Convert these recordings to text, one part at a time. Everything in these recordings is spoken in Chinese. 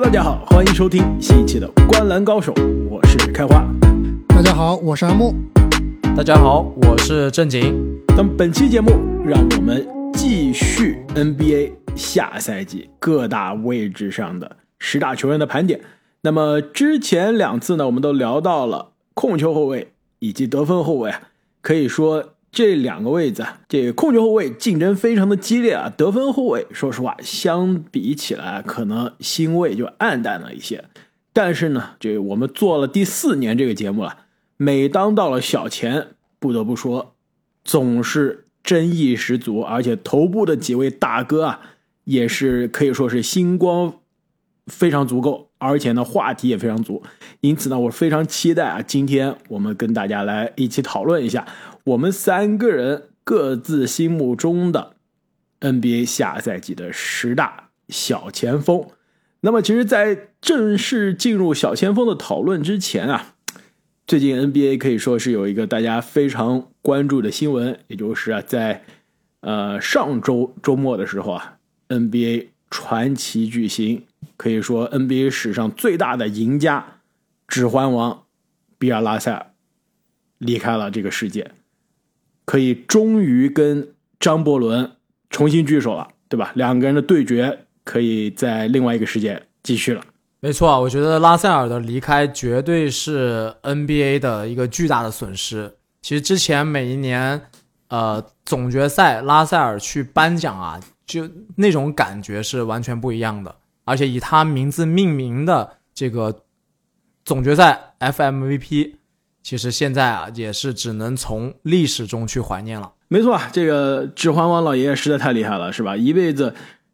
大家好，欢迎收听新一期的《观篮高手》，我是开花。 大家好，我是阿木。 大家好，我是正经。 那么本期节目，让我们继续 NBA 下赛季各大位置上的10大球员的盘点。那么之前2次呢，我们都聊到了控球后卫以及得分后卫，可以说这2个位置，这个控球后卫竞争非常的激烈啊，得分后卫说实话相比起来可能星位就暗淡了一些。但是呢，这我们做了第4年这个节目了，每当到了小前，不得不说总是争议十足，而且头部的几位大哥啊，也是可以说是星光非常足够，而且呢话题也非常足。因此呢，我非常期待啊，今天我们跟大家来一起讨论一下我们3个人各自心目中的 NBA 下赛季的10大小前锋。那么其实在正式进入小前锋的讨论之前啊，最近 NBA 可以说是有一个大家非常关注的新闻，也就是啊，在上周末的时候啊， NBA 传奇巨星，可以说 NBA 史上最大的赢家指环王比尔拉塞尔离开了这个世界，可以终于跟张伯伦重新聚首了，对吧？2个人的对决可以在另外一个世界继续了。 没错啊，我觉得拉塞尔的离开绝对是 NBA 的一个巨大的损失。其实之前每一年总决赛拉塞尔去颁奖啊，就那种感觉是完全不一样的。而且以他名字命名的这个总决赛 FMVP， 其实现在啊也是只能从历史中去怀念了。 没错啊，这个指环王老爷爷实在太厉害了，是吧？一辈子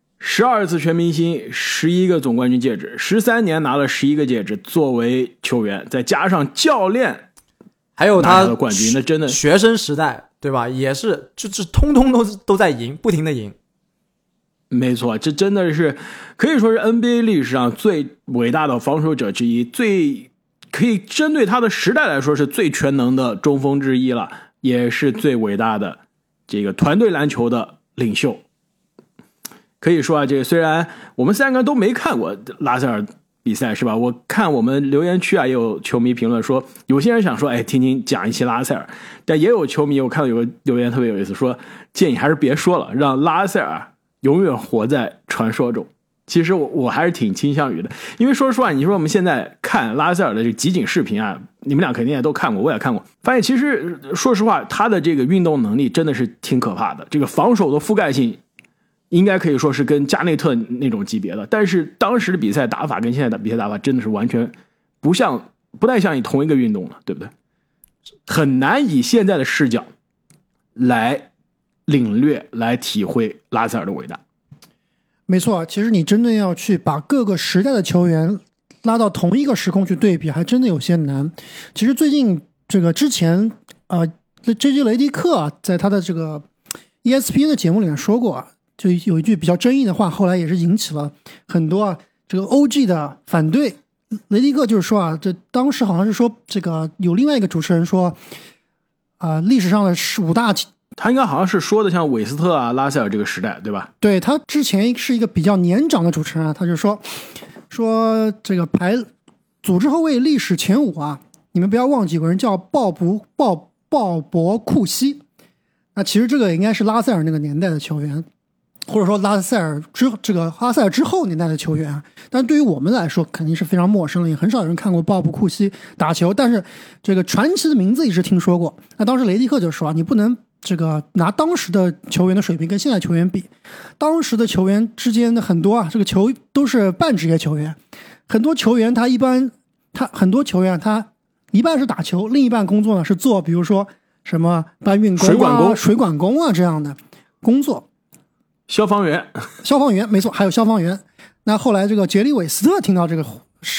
12次全明星，11个总冠军戒指，13年拿了11个戒指，作为球员再加上教练， 还有他的冠军，那真的学生时代对吧，也是就是通通都在赢，不停的赢。 没错，这真的是可以说是 NBA 历史上最伟大的防守者之一，最可以针对他的时代来说是最全能的中锋之一了，也是最伟大的这个团队篮球的领袖。可以说啊，这个虽然我们3个都没看过拉塞尔比赛，是吧？我看我们留言区啊，也有球迷评论说，有些人想说，听听讲一期拉塞尔，但也有球迷，我看到有个留言特别有意思，说建议还是别说了，让拉塞尔永远活在传说中。其实我还是挺倾向于的，因为说实话，你说我们现在看拉塞尔的这个集锦视频啊，你们俩肯定也都看过，我也看过，发现其实说实话，他的这个运动能力真的是挺可怕的，这个防守的覆盖性应该可以说是跟加内特那种级别的，但是当时的比赛打法跟现在的比赛打法真的是完全不太像同一个运动了，对不对？很难以现在的视角来领略来体会拉塞尔的伟大。 没错，其实你真的要去把各个时代的球员拉到同一个时空去对比，还真的有些难。其实最近这个之前JJ 雷迪克在他的这个 ESPN 的节目里面说过，就有一句比较争议的话，后来也是引起了很多这个 OG 的反对。雷迪克就是说这当时好像是说这个有另外一个主持人说历史上的5大， 他应该好像是说的像韦斯特拉塞尔这个时代，对吧？ 对，他之前是一个比较年长的主持人他就说这个排组织后卫历史前5你们不要忘记有个人叫鲍勃库西，那其实这个应该是拉塞尔那个年代的球员，或者说拉塞尔之后年代的球员，但对于我们来说肯定是非常陌生的，也很少有人看过鲍勃库西打球，但是这个传奇的名字一直听说过。那当时雷迪克就说你不能这个拿当时的球员的水平跟现在球员比，当时的球员之间的很多这个球都是半职业球员，很多球员他一半是打球，另一半工作呢是做比如说什么搬运工水管工这样的工作。 消防员没错，还有消防员。那后来这个杰里韦斯特听到这个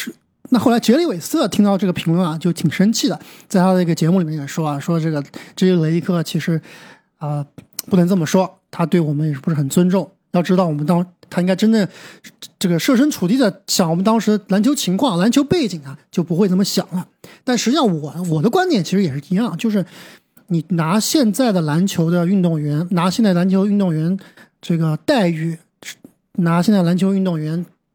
评论就挺生气的，在他的一个节目里面也说这个雷迪克其实不能这么说，他对我们也不是很尊重。要知道他应该真的这个设身处地的想我们当时篮球情况、篮球背景就不会这么想了。但实际上我的观点其实也是一样，就是你拿现在的篮球的运动员，拿现在篮球运动员这个待遇，拿现在篮球运动员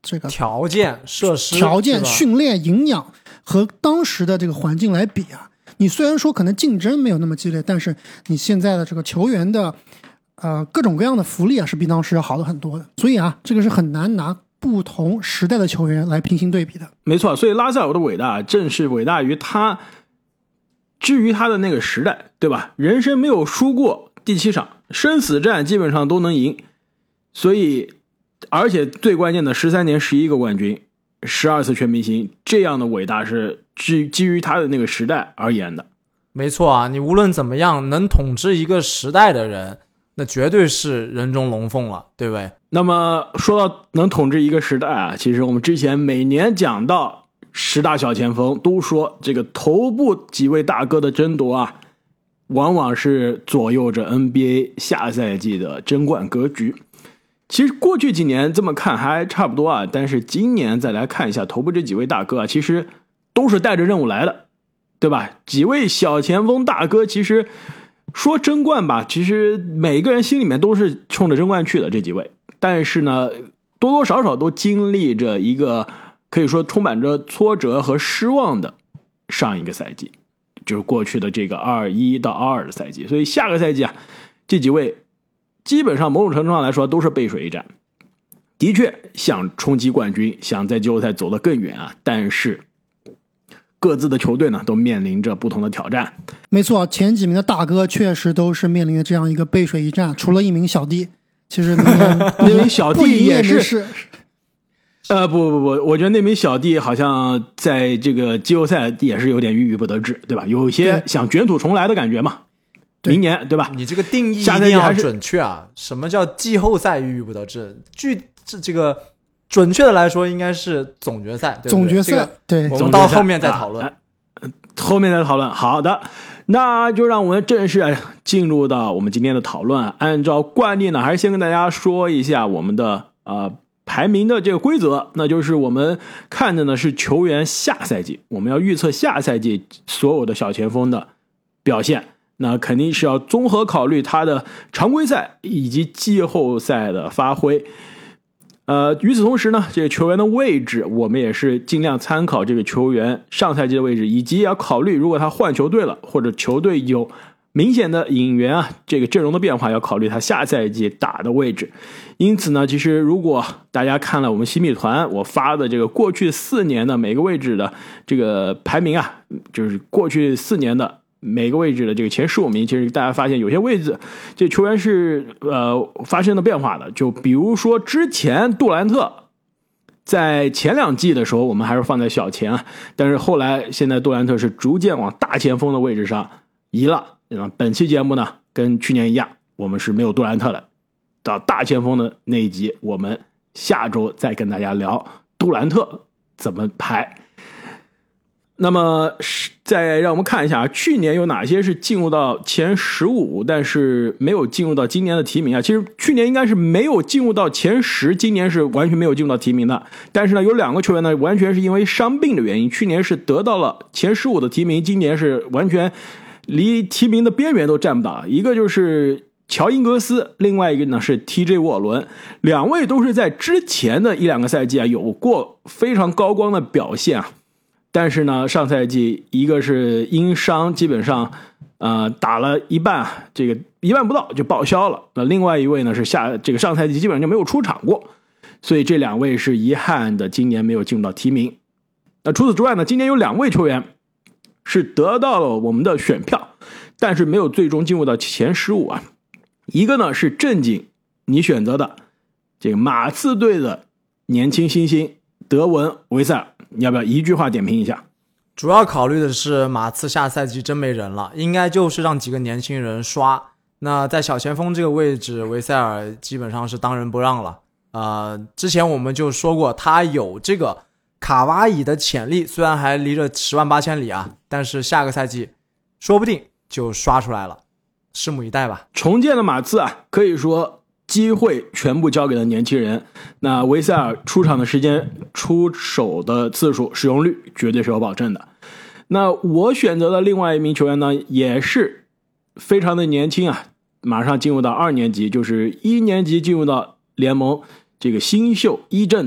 这个条件、设施、 条件、训练、营养和当时的这个环境来比啊，你虽然说可能竞争没有那么激烈，但是你现在的这个球员的各种各样的福利啊，是比当时要好的很多的。所以啊，这个是很难拿不同时代的球员来平行对比的。 没错，所以拉塞尔的伟大正是伟大于他至于他的那个时代，对吧？人生没有输过第7场，生死战基本上都能赢，所以而且最关键的13年11个冠军，12次全明星，这样的伟大是基于他的那个时代而言的。 没错啊，你无论怎么样能统治一个时代的人，那绝对是人中龙凤了，对不对？ 那么说到能统治一个时代啊，其实我们之前每年讲到10大小前锋都说这个头部几位大哥的争夺啊，往往是左右着 NBA 下赛季的争冠格局。其实过去几年这么看还差不多啊，但是今年再来看一下头部这几位大哥啊，其实都是带着任务来的，对吧？几位小前锋大哥其实说争冠吧，其实每个人心里面都是冲着争冠去的，这几位，但是呢多多少少都经历着一个可以说充满着挫折和失望的上一个赛季，就是过去的这个21到22的赛季。所以下个赛季啊，这几位基本上某种程度上来说都是背水一战，的确想冲击冠军，想在季后赛走得更远啊，但是各自的球队呢都面临着不同的挑战。 没错，前几名的大哥确实都是面临着这样一个背水一战，除了一名小弟，其实那名小弟也是不，我觉得那名小弟好像在这个季后赛也是有点郁郁不得志，对吧？有一些想卷土重来的感觉嘛。明年对吧？ 你这个定义一定要准确啊！什么叫季后赛郁郁不得志？这个准确的来说，应该是总决赛。对不对？ 总决赛，对， 我们到后面再讨论。 后面再讨论。好的，那就让我们正式进入到我们今天的讨论。按照惯例呢，还是先跟大家说一下我们的排名的这个规则，那就是我们看的呢是球员下赛季，我们要预测下赛季所有的小前锋的表现。那肯定是要综合考虑他的常规赛以及季后赛的发挥。与此同时呢，这个球员的位置我们也是尽量参考这个球员上赛季的位置，以及也要考虑如果他换球队了，或者球队有明显的引援啊，这个阵容的变化要考虑他下赛季打的位置。因此呢，其实如果大家看了我们新米团我发的这个过去4年的每个位置的这个排名啊，就是过去4年的每个位置的这个前15名，其实大家发现有些位置这球员是发生了变化的。就比如说之前杜兰特在前2季的时候我们还是放在小前啊，但是后来现在杜兰特是逐渐往大前锋的位置上移了。本期节目呢跟去年一样，我们是没有杜兰特的，到大前锋的那一集我们下周再跟大家聊杜兰特怎么排。那么再让我们看一下去年有哪些是进入到前15但是没有进入到今年的提名啊。其实去年应该是没有进入到前10，今年是完全没有进入到提名的。但是呢有2个球员呢完全是因为伤病的原因，去年是得到了前15的提名，今年是完全离提名的边缘都站不到。一个就是乔因格斯，另外一个呢是 TJ 沃伦，两位都是在之前的1-2个赛季啊有过非常高光的表现啊。但是呢上赛季一个是因伤基本上打了一半，这个一半不到就报销了，那另外一位呢是这个上赛季基本上就没有出场过，所以这2位是遗憾的今年没有进入到提名。那除此之外呢，今年有2位球员是得到了我们的选票，但是没有最终进入到前15啊。一个呢是正经你选择的这个马刺队的年轻新星德文维塞尔，你要不要一句话点评一下？ 主要考虑的是马刺下赛季真没人了，应该就是让几个年轻人刷。那在小前锋这个位置，维塞尔基本上是当仁不让了。之前我们就说过他有这个卡哇伊的潜力，虽然还离着10万8千里啊，但是下个赛季说不定就刷出来了，拭目以待吧。 重建的马刺啊，可以说机会全部交给了年轻人。那维塞尔出场的时间、出手的次数、使用率绝对是有保证的。那我选择的另外一名球员呢，也是非常的年轻啊，马上进入到2年级，就是1年级进入到联盟这个新秀一阵的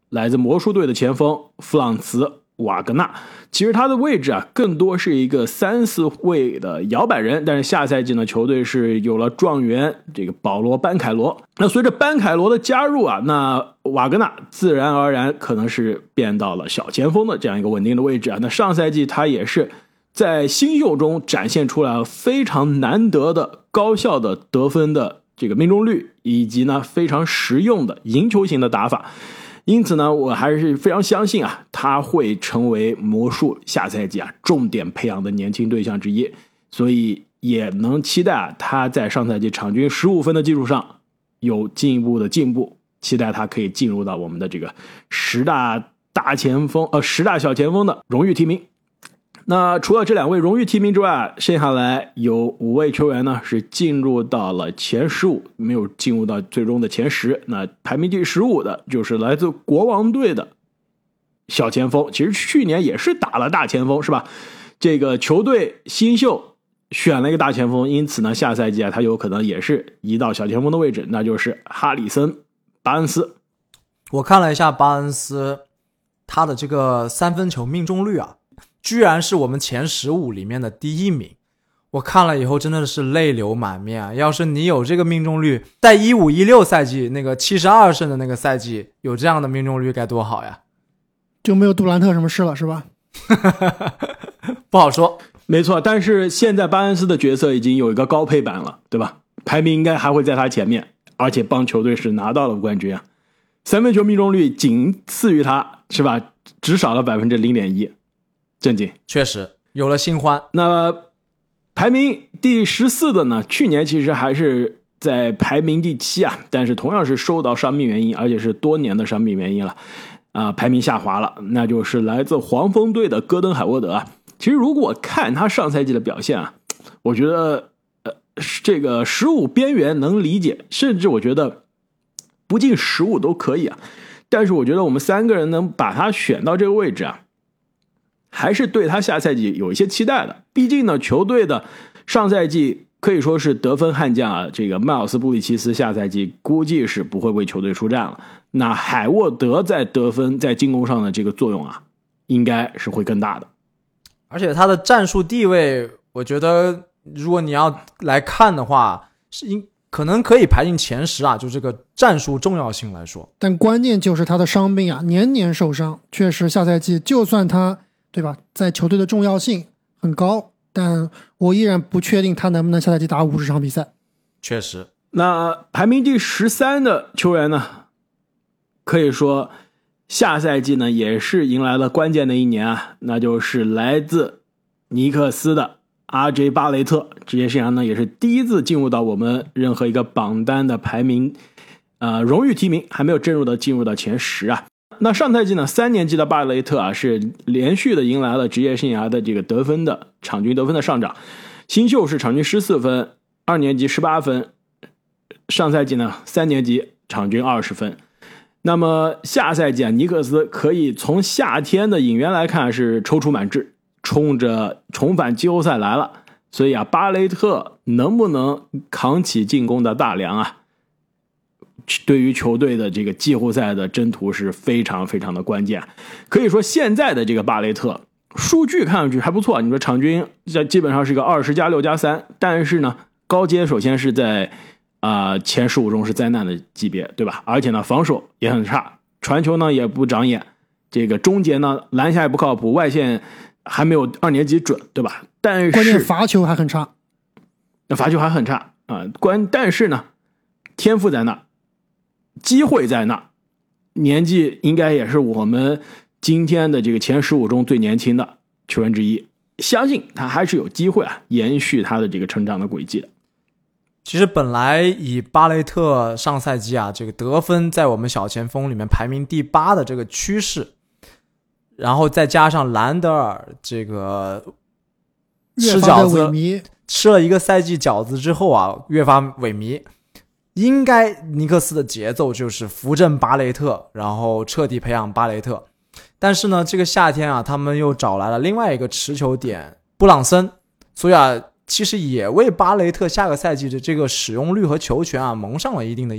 来自魔术队的前锋弗朗茨瓦格纳。其实他的位置啊，更多是一个3-4位的摇摆人，但是下赛季呢，球队是有了状元这个保罗·班凯罗。那随着班凯罗的加入啊，那瓦格纳自然而然可能是变到了小前锋的这样一个稳定的位置啊。那上赛季他也是在新秀中展现出来了非常难得的高效的得分的这个命中率，以及呢非常实用的赢球型的打法。因此呢，我还是非常相信啊，他会成为魔术下赛季啊重点培养的年轻对象之一，所以也能期待啊他在上赛季场均15分的基础上有进一步的进步，期待他可以进入到我们的这个10大小前锋的荣誉提名。那除了这2位荣誉提名之外，剩下来有5位球员呢是进入到了前15，没有进入到最终的前10。那排名第15的就是来自国王队的小前锋，其实去年也是打了大前锋是吧？这个球队新秀选了一个大前锋，因此呢下赛季啊他有可能也是移到小前锋的位置，那就是哈里森·巴恩斯。 我看了一下巴恩斯他的这个3分球命中率啊，居然是我们前15里面的第1名，我看了以后真的是泪流满面啊！要是你有这个命中率，在15-16赛季那个72胜的那个赛季有这样的命中率该多好呀！ 就没有杜兰特什么事了是吧？ 不好说， 没错，但是现在巴恩斯的角色已经有一个高配版了，对吧？排名应该还会在他前面，而且帮球队是拿到了冠军啊！3分球命中率仅次于他，是吧？只少了 0.1%。震惊， 确实有了新欢。 那排名第14的呢，去年其实还是在排名第7啊，但是同样是受到伤病原因，而且是多年的伤病原因了排名下滑了，那就是来自黄蜂队的戈登海沃德啊。其实如果看他上赛季的表现啊，我觉得这个15边缘能理解，甚至我觉得不进15都可以啊。但是我觉得我们3个人能把他选到这个位置啊，还是对他下赛季有一些期待的。毕竟呢，球队的上赛季可以说是得分悍将啊，这个迈尔斯布里奇斯下赛季估计是不会为球队出战了。那海沃德在得分在进攻上的这个作用啊，应该是会更大的。 而且他的战术地位，我觉得如果你要来看的话，可能可以排进前10啊，就这个战术重要性来说。 但关键就是他的伤病啊，年年受伤，确实下赛季就算他对吧，在球队的重要性很高，但我依然不确定他能不能下赛季打50场比赛。 确实。 那排名第13的球员呢，可以说下赛季呢也是迎来了关键的一年啊，那就是来自尼克斯的 RJ 巴雷特，职业生涯呢也是第一次进入到我们任何一个榜单的排名荣誉提名，还没有进入到前10啊。那上赛季呢，3年级的巴雷特啊是连续的迎来了职业生涯的这个场均得分的上涨，新秀是场均14分，2年级18分，上赛季呢3年级场均20分。那么下赛季啊，尼克斯可以从夏天的引援来看是踌躇满志，冲着重返季后赛来了，所以啊，巴雷特能不能扛起进攻的大梁啊，对于球队的这个季后赛的征途是非常非常的关键。可以说现在的这个巴雷特数据看上去还不错，你说场均基本上是个20+6+3，但是呢高阶首先是在前15中是灾难的级别，对吧？而且呢防守也很差，传球呢也不长眼，这个终结呢篮下也不靠谱，外线还没有2年级准，对吧？但是关键罚球还很差， 但是呢天赋在那，机会在那，年纪应该也是我们今天的这个前15中最年轻的球员之一，相信他还是有机会啊延续他的这个成长的轨迹的。 其实本来以巴雷特上赛季啊这个得分在我们小前锋里面排名第8的这个趋势，然后再加上兰德尔这个吃饺子吃了一个赛季饺子之后啊越发萎靡，应该尼克斯的节奏就是扶正巴雷特，然后彻底培养巴雷特。但是呢这个夏天啊他们又找来了另外一个持球点布朗森，所以啊其实也为巴雷特下个赛季的这个使用率和球权啊蒙上了一定的阴影。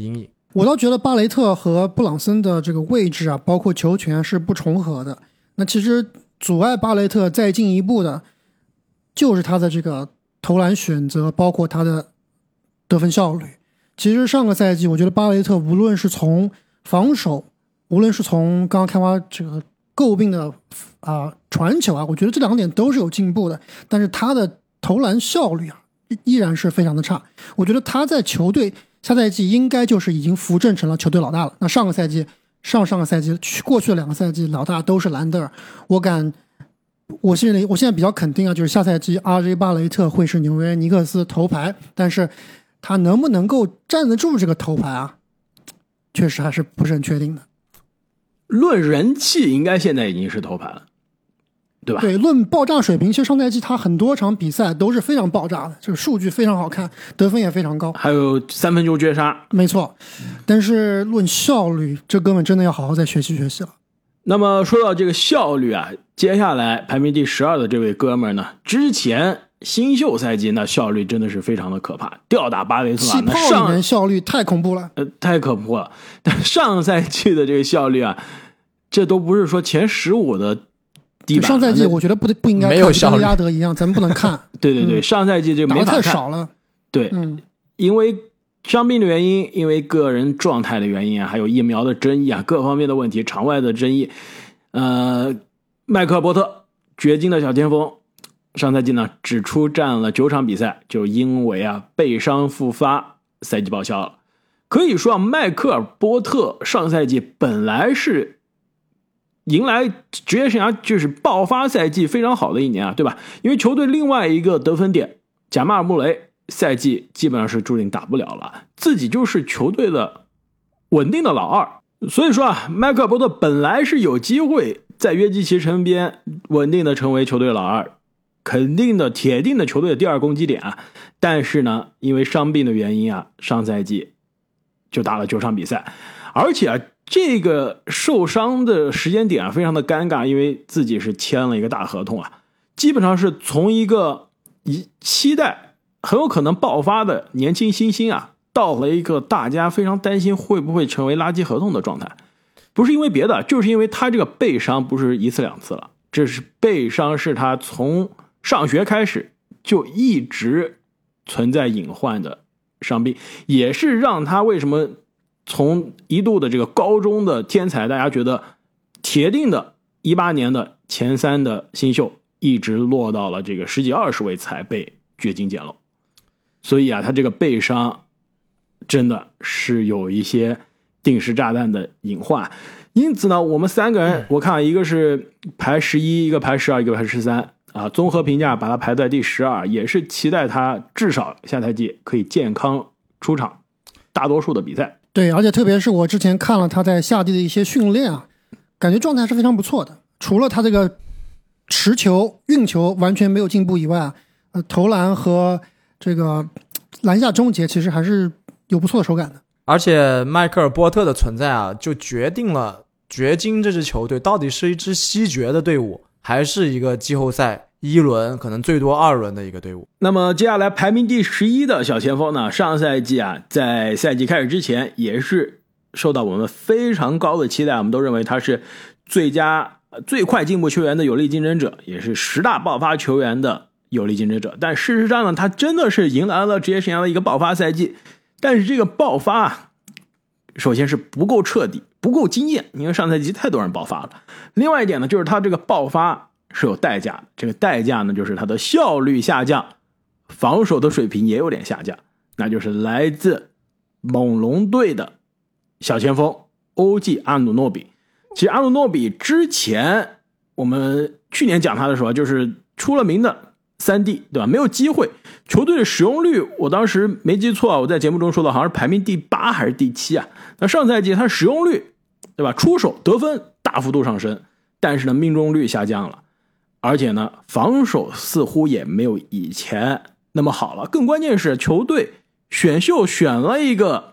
我倒觉得巴雷特和布朗森的这个位置啊，包括球权是不重合的。那其实阻碍巴雷特再进一步的，就是他的这个投篮选择，包括他的得分效率。其实上个赛季，我觉得巴雷特无论是从防守，无论是从刚刚开发这个诟病的传球啊，我觉得这两点都是有进步的。但是他的投篮效率啊，依然是非常的差。我觉得他在球队下赛季应该就是已经扶正成了球队老大了。那上个赛季、上个赛季、过去的2个赛季，老大都是兰德尔。我现在比较肯定啊，就是下赛季RJ巴雷特会是纽约尼克斯头牌，但是他能不能够站得住这个头牌啊，确实还是不是很确定的。 论人气，应该现在已经是头牌了，对吧？ 对，论爆炸水平，其实上赛季他很多场比赛都是非常爆炸的，这个数据非常好看，得分也非常高， 还有3分球绝杀， 没错。但是论效率，这哥们真的要好好再学习学习了。 那么说到这个效率啊，接下来排名第12的这位哥们呢，之前新秀赛季那效率真的是非常的可怕，吊打巴雷特气泡里面效率太恐怖了， 太可怖了。但上赛季的这个效率啊，这都不是说前15的地板。 上赛季我觉得不应该看， 没有效率， 跟利拉德一样，咱们不能看。 对，上赛季这个没法看， 打得太少了。 对，因为伤病的原因，因为个人状态的原因啊，还有疫苗的争议啊，各方面的问题，场外的争议。迈克尔波特掘金的小前锋，上赛季呢只出战了9场比赛，就因为背伤复发，赛季报销了。可以说迈克尔波特上赛季本来是迎来职业生涯就是爆发赛季非常好的一年啊，对吧？因为球队另外一个得分点贾马尔穆雷赛季基本上是注定打不了了，自己就是球队的稳定的老二。所以说迈克尔波特本来是有机会在约基奇身边稳定的成为球队老二，肯定的铁定的球队的第2攻击点啊。但是呢，因为伤病的原因啊，上赛季就打了9场比赛，而且这个受伤的时间点非常的尴尬，因为自己是签了一个大合同啊，基本上是从一个期待很有可能爆发的年轻新星啊，到了一个大家非常担心会不会成为垃圾合同的状态。不是因为别的，就是因为他这个背伤不是1次2次了，这是背伤是他从上学开始就一直存在隐患的伤病，也是让他为什么从一度的这个高中的天才，大家觉得铁定的18年的前3的新秀，一直落到了这个10几20位才被掘金捡漏。所以他这个背伤真的是有一些定时炸弹的隐患。因此呢，我们3个人，我看一个是排11，一个排12，一个排13啊，综合评价把他排在第12，也是期待他至少下赛季可以健康出场大多数的比赛。 对，而且特别是我之前看了他在夏季的一些训练啊，感觉状态是非常不错的。除了他这个持球、运球完全没有进步以外投篮和这个篮下终结其实还是有不错的手感的。 而且迈克尔波特的存在啊，就决定了掘金这支球队到底是一支西决的队伍，还是一个季后赛1轮可能最多2轮的一个队伍。 那么接下来排名第11的小前锋呢，上赛季在赛季开始之前也是受到我们非常高的期待，我们都认为他是最快进步球员的有力竞争者，也是10大爆发球员的有力竞争者。但事实上呢，他真的是迎来了职业生涯的一个爆发赛季，但是这个爆发首先是不够彻底，不够惊艳，因为上赛季太多人爆发了。另外一点呢，就是他这个爆发是有代价的，这个代价呢，就是他的效率下降，防守的水平也有点下降，那就是来自猛龙队的小前锋OG 阿努诺比。其实阿努诺比之前我们去年讲他的时候，就是出了名的3D， 对吧？没有机会，球队的使用率我当时没记错我在节目中说的好像是排名第8还是第7啊。那上赛季他使用率，对吧？出手得分大幅度上升，但是呢命中率下降了，而且呢防守似乎也没有以前那么好了。更关键是球队选秀选了一个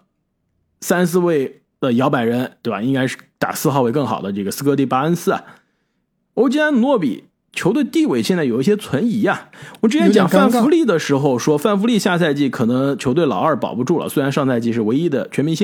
3、4位的摇摆人，对吧？应该是打4号位更好的这个斯科蒂巴恩斯啊。欧吉安诺比球队地位现在有一些存疑啊。我之前讲范弗利的时候说，范弗利下赛季可能球队老二保不住了，虽然上赛季是唯一的全明星啊。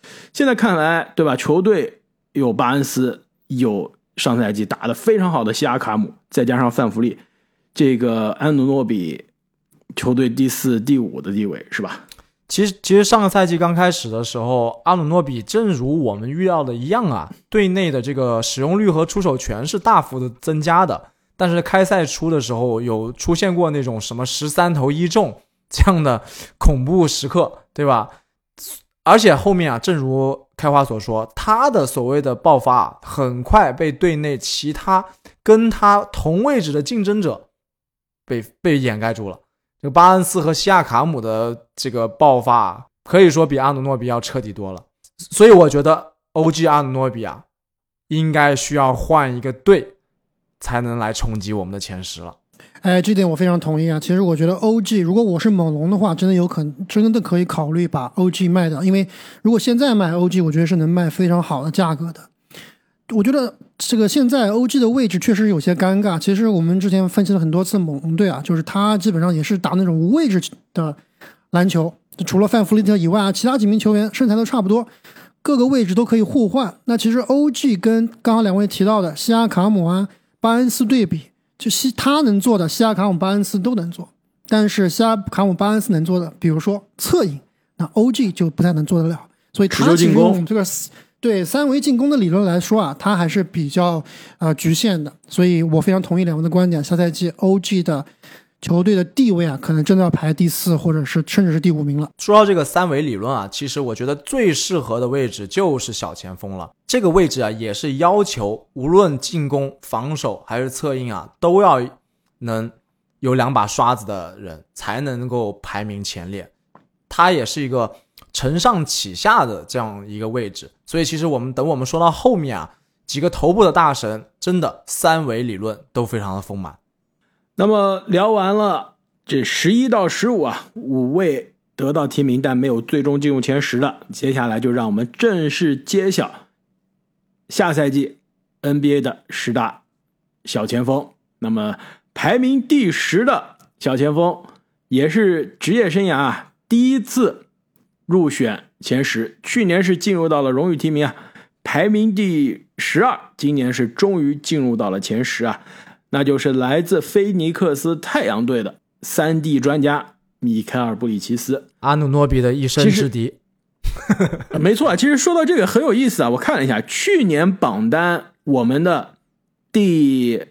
现在看来，对吧？球队有巴恩斯，有上赛季打得非常好的西亚卡姆，再加上范弗利，这个安努诺比球队第4、第5的地位是吧？ 其实上个赛季刚开始的时候，阿努诺比正如我们预料的一样啊，队内的这个使用率和出手权是大幅的增加的。但是开赛初的时候有出现过那种什么13投1中这样的恐怖时刻，对吧？而且后面啊，正如开花所说，他的所谓的爆发很快被队内其他跟他同位置的竞争者被掩盖住了。这个巴恩斯和西亚卡姆的这个爆发可以说比阿努诺比要彻底多了，所以我觉得 OG 阿努诺比啊，应该需要换一个队才能来冲击我们的前10了。 这点我非常同意啊。其实我觉得 OG 如果我是猛龙的话，真的可以考虑把 OG 卖掉，因为如果现在卖 OG， 我觉得是能卖非常好的价格的。我觉得这个现在 OG 的位置确实有些尴尬。其实我们之前分析了很多次猛龙队啊，就是他基本上也是打那种无位置的篮球，除了范弗利特以外啊，其他几名球员身材都差不多，各个位置都可以互换。那其实 OG 跟刚刚两位提到的西亚卡姆啊、巴恩斯对比，就他能做的西亚卡姆、巴恩斯都能做，但是西亚卡姆、巴恩斯能做的，比如说侧影，那 OG 就不太能做得了。所以他其实用这个对3维进攻的理论来说啊，它还是比较局限的。所以我非常同意两位的观点，下赛季 OG 的球队的地位啊，可能真的要排第4或者是甚至是第5名了。 说到这个3维理论啊，其实我觉得最适合的位置就是小前锋了。这个位置啊，也是要求无论进攻、防守还是策应啊，都要能有2把刷子的人才能够排名前列。它也是一个承上启下的这样一个位置，所以其实我们说到后面啊，几个头部的大神真的3维理论都非常的丰满。 那么聊完了这11到15啊5位得到提名但没有最终进入前10的，接下来就让我们正式揭晓下赛季 NBA 的10大小前锋。那么排名第10的小前锋，也是职业生涯啊第一次入选前10，去年是进入到了荣誉提名啊，排名第12，今年是终于进入到了前10啊，那就是来自菲尼克斯太阳队的3D 专家米凯尔·布里奇斯， 阿努诺比的一生之敌。 没错，其实说到这个很有意思啊，我看了一下去年榜单，我们的第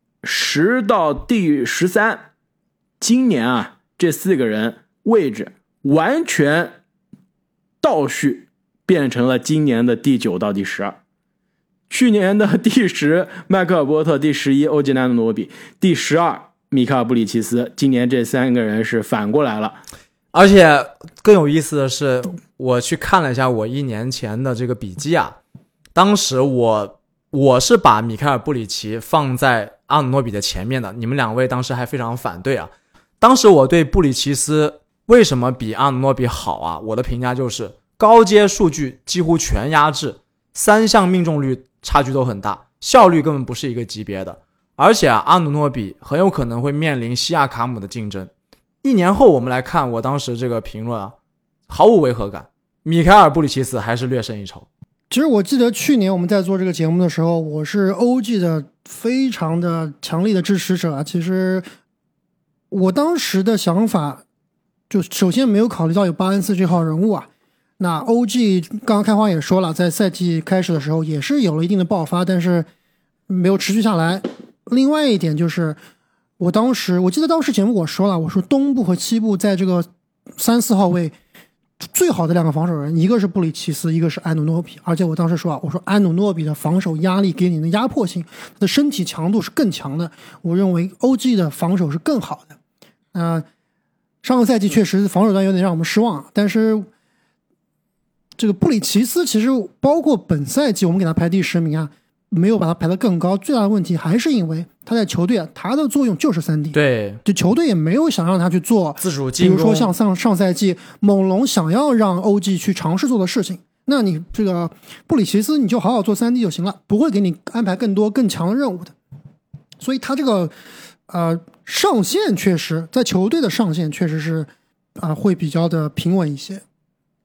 10到第13，今年啊这4个人位置完全倒序，变成了今年的第9到第12。去年的第10迈克尔波特，第11欧吉南诺比，第12米卡尔布里奇斯，今年这3个人是反过来了。 而且更有意思的是，我去看了一下我1年前的这个笔记啊，当时我是把米凯尔布里奇放在阿努诺比的前面的，你们2位当时还非常反对啊。当时我对布里奇斯为什么比阿努诺比好啊，我的评价就是高阶数据几乎全压制，3项命中率差距都很大，效率根本不是一个级别的。而且啊，阿努诺比很有可能会面临西亚卡姆的竞争。1年后我们来看我当时这个评论啊，毫无违和感，米凯尔布里奇斯还是略胜一筹。 其实我记得去年我们在做这个节目的时候，我是 OG 的非常的强力的支持者。其实我当时的想法就首先没有考虑到有巴恩斯这号人物啊。那 OG 刚刚开花也说了，在赛季开始的时候也是有了一定的爆发，但是没有持续下来。另外一点就是我记得当时节目我说了，我说东部和西部在这个3、4号位最好的2个防守人，一个是布里奇斯，一个是安努诺比。而且我当时说啊，我说安努诺比的防守压力给你的压迫性，他的身体强度是更强的，我认为 OG 的防守是更好的。上个赛季确实防守端有点让我们失望，但是这个布里奇斯其实包括本赛季我们给他排第10名啊，没有把他排得更高，最大的问题还是因为他在球队啊，他的作用就是 3D。 对， 就球队也没有想让他去做自主进攻， 比如说像上赛季猛龙想要让 OG 去尝试做的事情，那你这个布里奇斯你就好好做 3D 就行了，不会给你安排更多更强的任务的。所以他这个上限确实在球队的上限确实是会比较的平稳一些。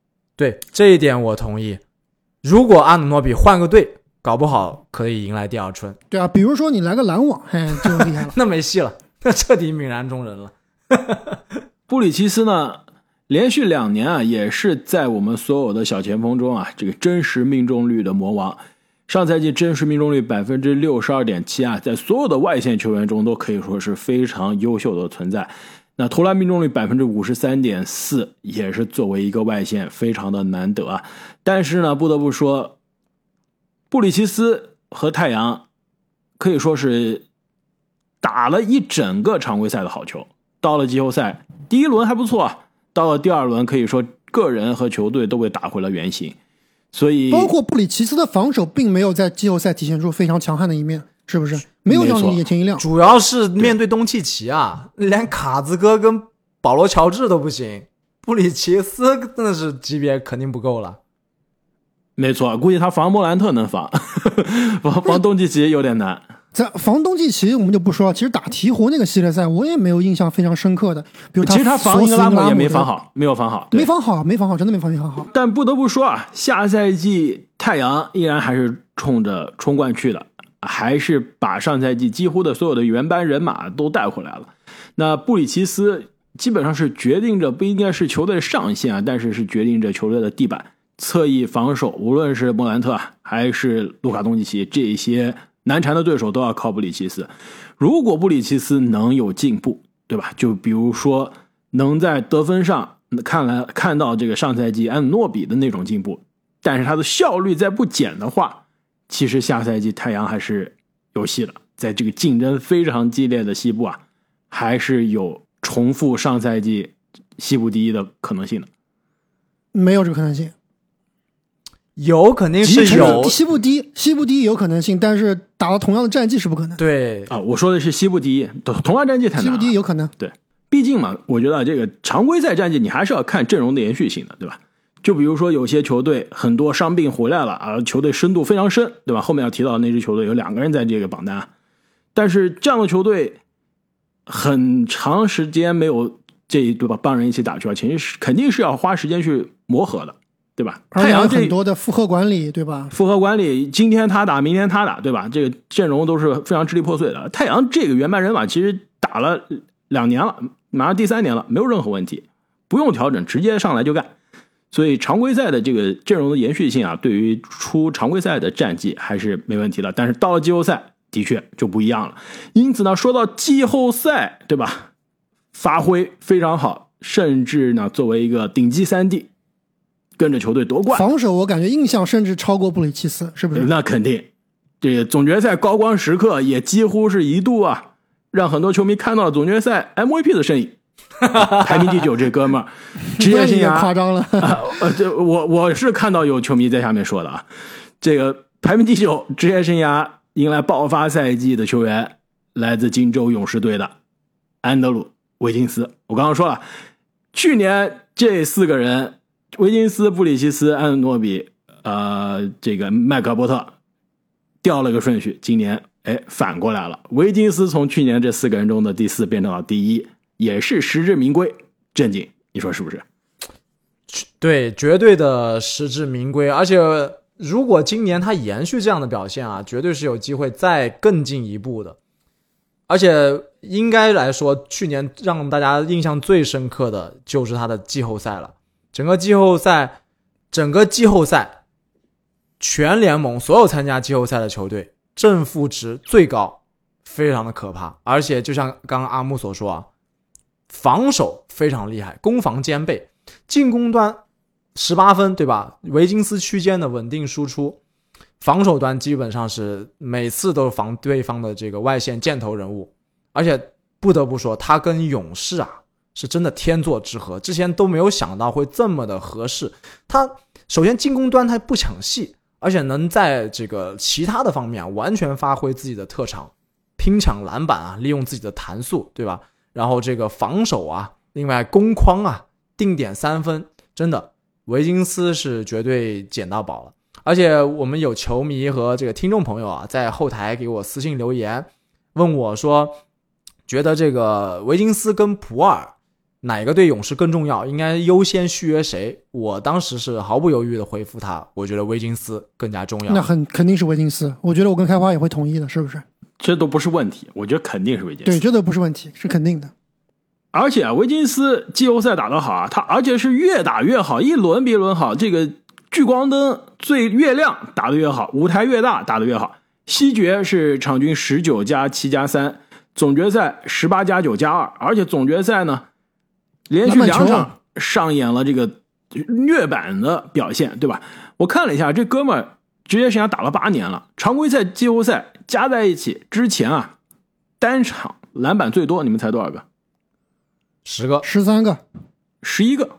对，这一点我同意。如果阿努诺比换个队，搞不好可以迎来第二春。 对啊，比如说你来个篮网，就厉害了。 那没戏了，那彻底泯然众人了。 布里奇斯呢，连续2年啊，也是在我们所有的小前锋中啊，这个真实命中率的魔王。上赛季真实命中率 62.7% 啊，在所有的外线球员中都可以说是非常优秀的存在。那投篮命中率 53.4%， 也是作为一个外线非常的难得啊。但是呢，不得不说，布里奇斯和太阳可以说是打了一整个常规赛的好球。到了季后赛，第一轮还不错啊，到了第2轮，可以说个人和球队都被打回了原形。所以包括布里奇斯的防守并没有在季后赛体现出非常强悍的一面，是不是？没有让你眼前一亮。 主要是面对东契奇啊，连卡兹哥跟保罗乔治都不行，布里奇斯真的是级别肯定不够了。 没错，估计他防莫兰特能防，防东契奇有点难。 在防东契奇我们就不说了，其实打鹈鹕那个系列赛我也没有印象非常深刻的，比如其实他防英格拉姆也没防好，没有防好， 没防好，真的没防好。 但不得不说啊，下赛季太阳依然还是冲着冲冠去的，还是把上赛季几乎的所有的原班人马都带回来了。那布里奇斯基本上是决定着，不应该是球队上限啊，但是是决定着球队的地板。侧翼防守，无论是莫兰特还是卢卡东契奇，这些难缠的对手都要靠布里奇斯。如果布里奇斯能有进步，对吧？就比如说能在得分上看到这个上赛季安诺比的那种进步，但是他的效率再不减的话，其实下赛季太阳还是有戏的。在这个竞争非常激烈的西部啊，还是有重复上赛季西部第一的可能性的。 没有这个可能性。 有肯定是有， 西部第一有可能性，但是打到同样的战绩是不可能。 对啊，我说的是西部第一，同样战绩太难了。 西部第一有可能， 对，毕竟嘛，我觉得这个常规赛战绩你还是要看阵容的延续性的，对吧？就比如说有些球队很多伤病回来了啊，球队深度非常深，对吧？后面要提到的那支球队有2个人在这个榜单，但是这样的球队很长时间没有对吧帮人一起打球，其实肯定是要花时间去磨合的。对吧？ 太阳很多的复合管理，对吧？ 复合管理，今天他打，明天他打，对吧？这个阵容都是非常支离破碎的。太阳这个原班人马其实打了2年了，马上第3年了，没有任何问题，不用调整，直接上来就干。所以常规赛的这个阵容的延续性啊，对于出常规赛的战绩还是没问题的。但是到了季后赛，的确就不一样了。因此呢，说到季后赛，对吧？发挥非常好，甚至呢，作为一个顶级3D。跟着球队夺冠， 防守我感觉印象甚至超过布里奇斯，是不是？ 那肯定，这个总决赛高光时刻也几乎是一度啊，让很多球迷看到了总决赛 MVP 的身影。排名第9这哥们儿，职业生涯夸张了。 我是看到有球迷在下面说的啊，这个排名第9，职业生涯迎来爆发赛季的球员，来自金州勇士队的安德鲁·维金斯。我刚刚说了，去年这4个人。维金斯、布里奇斯、安诺比，这个麦克波特掉了个顺序，今年反过来了。维金斯从去年这4个人中的第4变成了第1，也是实至名归，震惊，你说是不是？ 对，绝对的实至名归。而且如果今年他延续这样的表现啊，绝对是有机会再更进一步的。而且应该来说，去年让大家印象最深刻的就是他的季后赛了。整个季后赛，全联盟所有参加季后赛的球队正负值最高，非常的可怕。而且就像刚刚阿木所说啊，防守非常厉害，攻防兼备，进攻端18分，对吧？维金斯区间的稳定输出，防守端基本上是每次都防对方的这个外线箭头人物。而且不得不说，他跟勇士啊是真的天作之合，之前都没有想到会这么的合适。他首先进攻端他不抢戏，而且能在这个其他的方面完全发挥自己的特长，拼抢篮板啊，利用自己的弹速，对吧？然后这个防守啊，另外攻框啊，定点3分，真的维金斯是绝对捡到宝了。而且我们有球迷和这个听众朋友啊，在后台给我私信留言，问我说，觉得这个维金斯跟普尔哪个对勇士更重要，应该优先续约谁？我当时是毫不犹豫的回复他，我觉得维金斯更加重要。 那肯定是维金斯，我觉得我跟开花也会同意的，是不是？ 这都不是问题，我觉得肯定是维金斯。 对，这都不是问题，是肯定的。 而且维金斯季后赛打得好啊，他而且是越打越好，一轮比一轮好。这个聚光灯越亮打得越好，舞台越大打得越好。西决是场均19+7+3，总决赛18+9+2，而且总决赛呢连续2场上演了这个虐版的表现，对吧？我看了一下，这哥们儿职业生涯打了8年了，常规赛、季后赛加在一起之前啊，单场篮板最多，你们猜多少个 ？10个、 13个、 11个，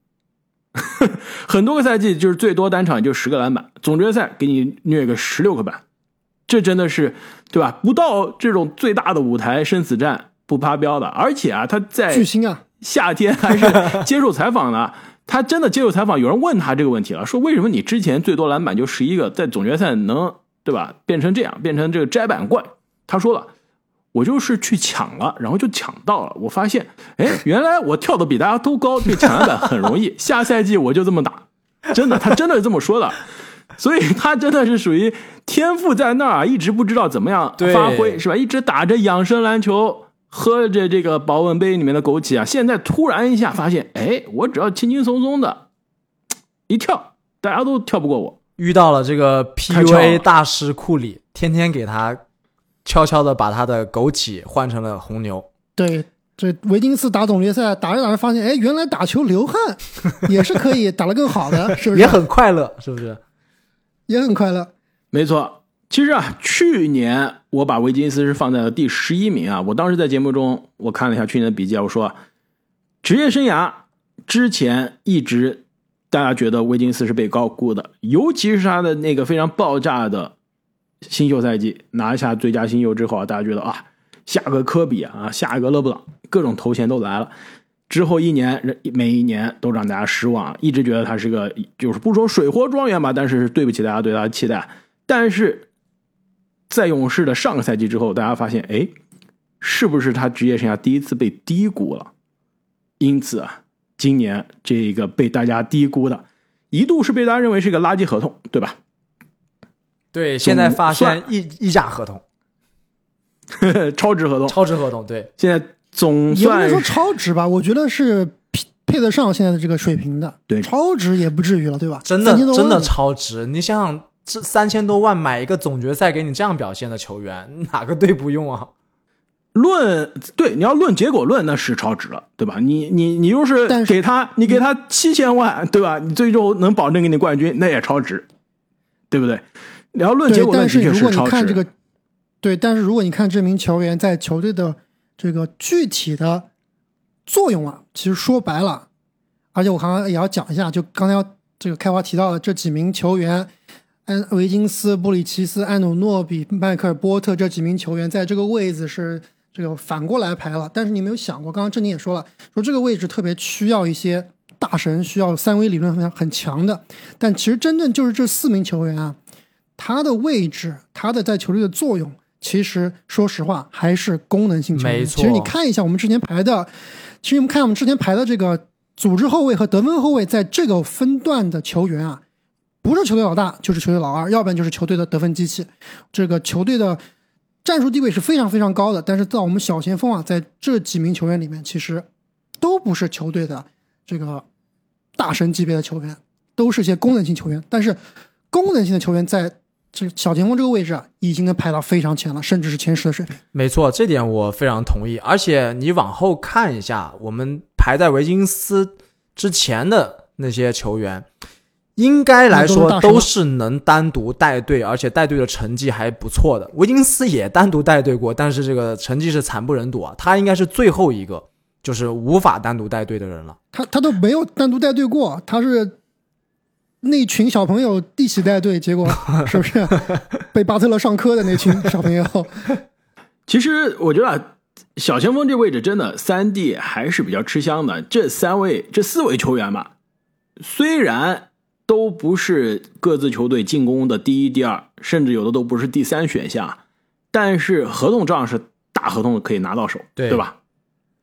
很多个赛季就是最多单场就10个篮板，总决赛给你虐个16个板，这真的是对吧？不到这种最大的舞台生死战不发飙的，而且啊，他在巨星啊， 夏天还是接受采访的。他真的接受采访，有人问他这个问题了，说为什么你之前最多篮板就11个，在总决赛能对吧变成这样，变成这个摘板怪？他说了，我就是去抢了，然后就抢到了。我发现，原来我跳的比大家都高，对抢篮板很容易。下赛季我就这么打，真的，他真的是这么说的。所以他真的是属于天赋在那儿啊，一直不知道怎么样发挥，是吧？一直打着养生篮球，喝着这个保温杯里面的枸杞啊，现在突然一下发现，我只要轻轻松松的一跳，大家都跳不过我。 遇到了这个 PUA 大师库里，天天给他悄悄的把他的枸杞换成了红牛。 对，这维金斯打总决赛打着打着发现，原来打球流汗也是可以打得更好的，是不是？ 也很快乐，是不是？ 也很快乐。 没错。其实啊，去年我把维金斯是放在了第11名啊。我当时在节目中我看了一下去年的笔记，我说职业生涯之前一直大家觉得维金斯是被高估的，尤其是他的那个非常爆炸的新秀赛季，拿下最佳新秀之后啊，大家觉得啊，下个科比啊，下一个勒布朗，各种头衔都来了。之后一年每一年都让大家失望，一直觉得他是个就是不说水货状元吧，但是对不起大家对他的期待。但是在勇士的上个赛季之后，大家发现是不是他职业生涯第一次被低估了？因此啊，今年这个被大家低估的，一度是被大家认为是一个垃圾合同，对吧？ 对，现在发现溢价合同超值合同， 超值合同，对， 现在总算也不能说超值吧，我觉得是配得上现在的这个水平的。 对， 超值也不至于了，对吧？ 真的超值。你想想，这3000多万买一个总决赛给你这样表现的球员，哪个队不用啊？ 对，你要论结果论，那是超值了，对吧？你就是给他，你给他7000万，对吧？你最终能保证给你冠军，那也超值，对不对？你要论结果论，的确是超值。 对，但是如果你看这名球员在球队的这个具体的作用啊，其实说白了，而且我刚刚也要讲一下，就刚才这个开花提到的这几名球员，维金斯、布里奇斯、安努诺比、迈克尔波特这几名球员在这个位置是这个反过来排了。但是你没有想过，刚刚郑宁也说了，说这个位置特别需要一些大神，需要三维理论很强的。但其实真正就是这4名球员啊，他的位置，他的在球队的作用，其实说实话还是功能性球员。 没错。 其实你看一下我们之前排的，这个组织后卫和得分后卫，在这个分段的球员啊，不是球队老大就是球队老二，要不然就是球队的得分机器。这个球队的战术地位是非常非常高的，但是在我们小前锋啊，在这几名球员里面，其实都不是球队的这个大神级别的球员，都是一些功能性球员。但是功能性的球员在这小前锋这个位置啊，已经能排到非常前了，甚至是前10的水平。 没错，这点我非常同意。而且你往后看一下，我们排在维金斯之前的那些球员，应该来说都是能单独带队，而且带队的成绩还不错的。维金斯也单独带队过，但是这个成绩是惨不忍睹啊。他应该是最后一个就是无法单独带队的人了。 他都没有单独带队过，他是那群小朋友一起带队，结果是不是被巴特勒上课的那群小朋友？ 其实我觉得小前锋这位置真的3D 还是比较吃香的。这4位球员吧，虽然都不是各自球队进攻的第1、第2，甚至有的都不是第3选项，但是合同照样是大合同可以拿到手，对吧？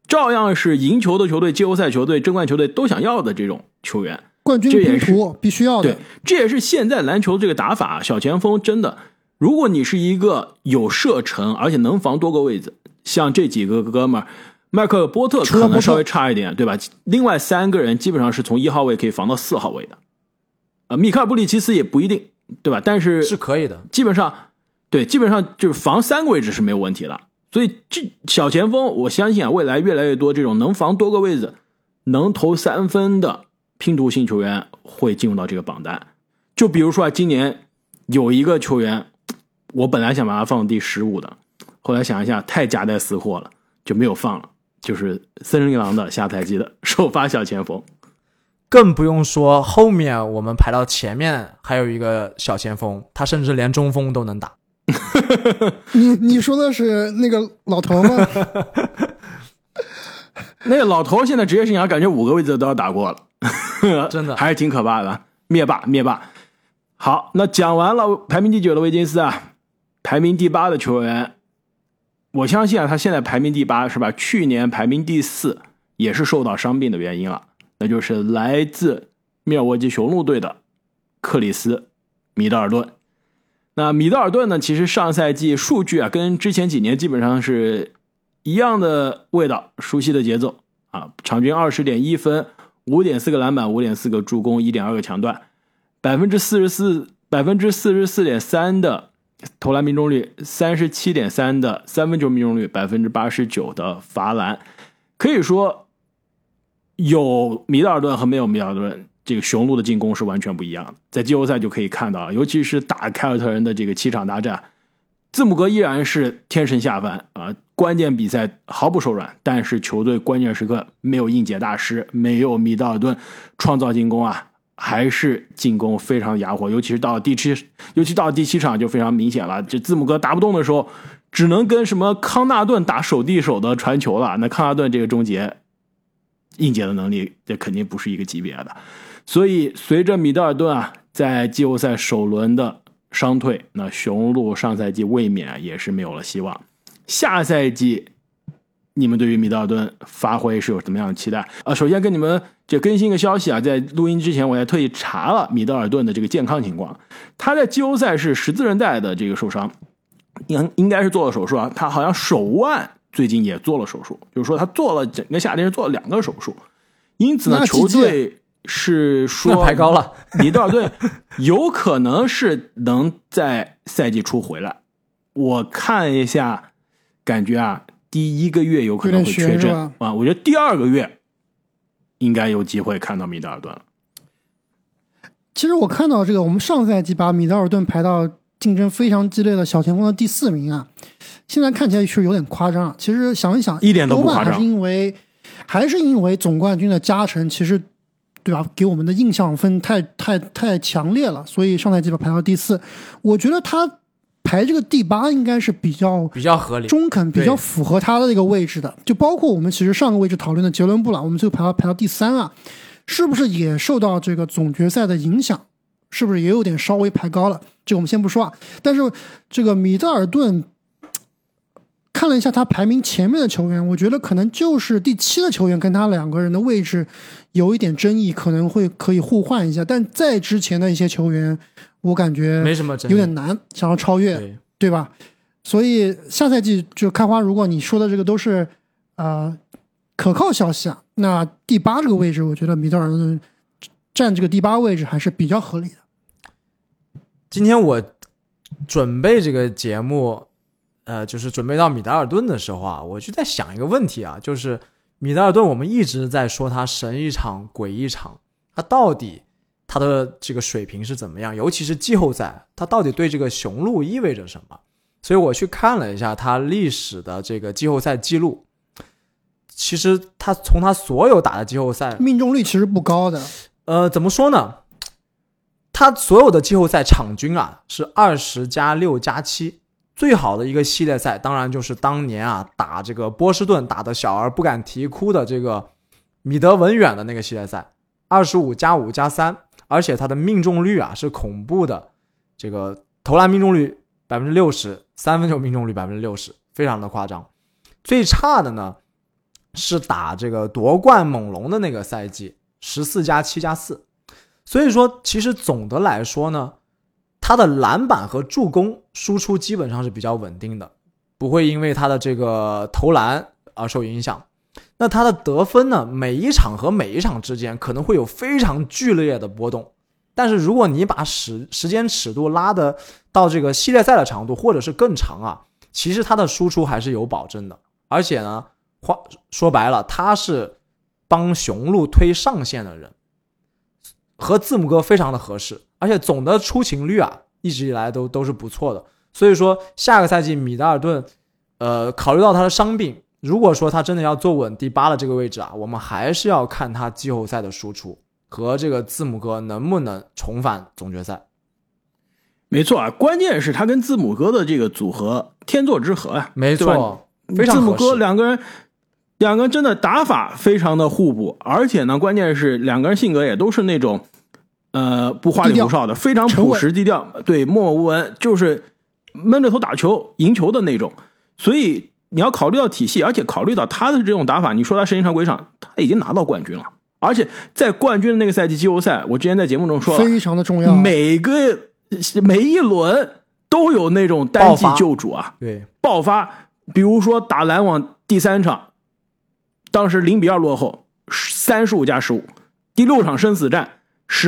照样是赢球的球队、季后赛球队、争冠球队都想要的这种球员。 冠军拼图必须要的。 对，这也是现在篮球这个打法，小前锋真的，如果你是一个有射程而且能防多个位置，像这几个哥们儿，迈克尔波特可能稍微差一点，对吧？另外3个人基本上是从1号位可以防到4号位的。米卡尔布里奇斯也不一定，对吧？但是是可以的， 基本上就是防3个位置是没有问题的。所以这小前锋，我相信啊，未来越来越多这种能防多个位置、能投3分的拼图性球员会进入到这个榜单。就比如说今年有一个球员，我本来想把他放第15的，后来想一下太夹带私货了，就没有放了。就是森林狼的下赛季的首发小前锋。 更不用说后面我们排到前面还有一个小前锋，他甚至连中锋都能打。 你说的是那个老头吗？ 那个老头现在职业生涯感觉5个位置都要打过了， 真的还是挺可怕的。灭霸。好，那讲完了排名第9的维金斯啊，排名第8的球员，我相信啊，他现在排名第8是吧？去年排名第4也是受到伤病的原因了，那就是来自密尔沃基雄鹿队的克里斯·米德尔顿。那米德尔顿呢，其实上赛季数据啊，跟之前几年基本上是一样的味道，熟悉的节奏啊，场均 20.1 分， 5.4 个篮板， 5.4 个助攻， 1.2 个抢断， 44.3% 的投篮命中率， 37.3% 的三分球命中率， 89% 的罚篮。可以说有米德尔顿和没有米德尔顿，这个雄鹿的进攻是完全不一样的。在季后赛就可以看到，尤其是打凯尔特人的这个7场大战，字母哥依然是天神下凡啊，关键比赛毫不手软，但是球队关键时刻没有应解大师，没有米德尔顿创造进攻啊，还是进攻非常哑火，尤其到第7场就非常明显了。这字母哥打不动的时候，只能跟什么康纳顿打手递手的传球了。那康纳顿这个终结应解的能力，这肯定不是一个级别的。所以随着米德尔顿啊在季后赛首轮的伤退，那雄鹿上赛季卫冕也是没有了希望。下赛季你们对于米德尔顿发挥是有什么样的期待首先跟你们这更新一个消息啊，在录音之前我还特意查了米德尔顿的这个健康情况，他在季后赛是十字韧带的这个受伤，应该是做了手术啊，他好像手腕最近也做了手术，就是说他做了整个夏天是做了2个手术，因此呢球队是说排高了， 米德尔顿有可能是能在赛季初回来。我看一下，感觉啊，第1个月有可能会缺阵啊，我觉得第2个月应该有机会看到米德尔顿了。 其实我看到这个，我们上赛季把米德尔顿排到竞争非常激烈的小前锋的第4名啊，现在看起来是有点夸张。其实想一想， 一点都不夸张， 还是因为总冠军的加成，其实对吧，给我们的印象分太强烈了，所以上赛季把排到第4。我觉得他排这个第8应该是比较合理、 中肯、比较符合他的这个位置的。就包括我们其实上个位置讨论的杰伦布朗，我们最后排到第3啊，是不是也受到这个总决赛的影响？是不是也有点稍微排高了？这个我们先不说啊。但是这个米德尔顿看了一下他排名前面的球员，我觉得可能就是第7的球员跟他2个人的位置有一点争议，可能可以互换一下。但在之前的一些球员，我感觉没什么争议， 有点难想要超越，对吧？所以下赛季就开花，如果你说的这个都是可靠消息啊，那第8这个位置，我觉得米德尔顿占这个第8位置还是比较合理的。 今天我准备这个节目，就是准备到米德尔顿的时候啊，我就在想一个问题啊，就是米德尔顿我们一直在说他神一场鬼一场，他到底他的这个水平是怎么样，尤其是季后赛，他到底对这个雄鹿意味着什么？所以我去看了一下他历史的这个季后赛记录，其实他从他所有打的季后赛命中率其实不高的。 怎么说呢？他所有的季后赛场均啊是20+6+7，最好的一个系列赛当然就是当年啊打这个波士顿打的小儿不敢啼哭的这个米德文远的那个系列赛，25+5+3，而且他的命中率啊是恐怖的，这个投篮命中率 60%， 三分球命中率 60%， 非常的夸张。最差的呢是打这个夺冠猛龙的那个赛季14+7+4，所以说其实总的来说呢，他的篮板和助攻输出基本上是比较稳定的，不会因为他的这个投篮而受影响。那他的得分呢，每一场和每一场之间可能会有非常剧烈的波动，但是如果你把时间尺度拉的到这个系列赛的长度或者是更长啊，其实他的输出还是有保证的。而且呢，话说白了，他是帮雄鹿推上线的人，和字母哥非常的合适，而且总的出勤率啊一直以来都是不错的。所以说下个赛季米德尔顿考虑到他的伤病，如果说他真的要坐稳第8的这个位置啊，我们还是要看他季后赛的输出和这个字母哥能不能重返总决赛。 没错啊，关键是他跟字母哥的这个组合天作之合啊， 没错，非常合适。 字母哥两个人真的打法非常的互补，而且呢，关键是两个人性格也都是那种不花里胡哨的，非常朴实低调，对，默默无闻，就是闷着头打球赢球的那种。所以你要考虑到体系，而且考虑到他的这种打法，你说他时间长归长，他已经拿到冠军了，而且在冠军的那个赛季季后赛，我之前在节目中说了， 非常的重要， 每一轮都有那种单季救主啊， 对， 爆发。比如说打篮网第3场，当时0-2落后，35+15，第6场生死战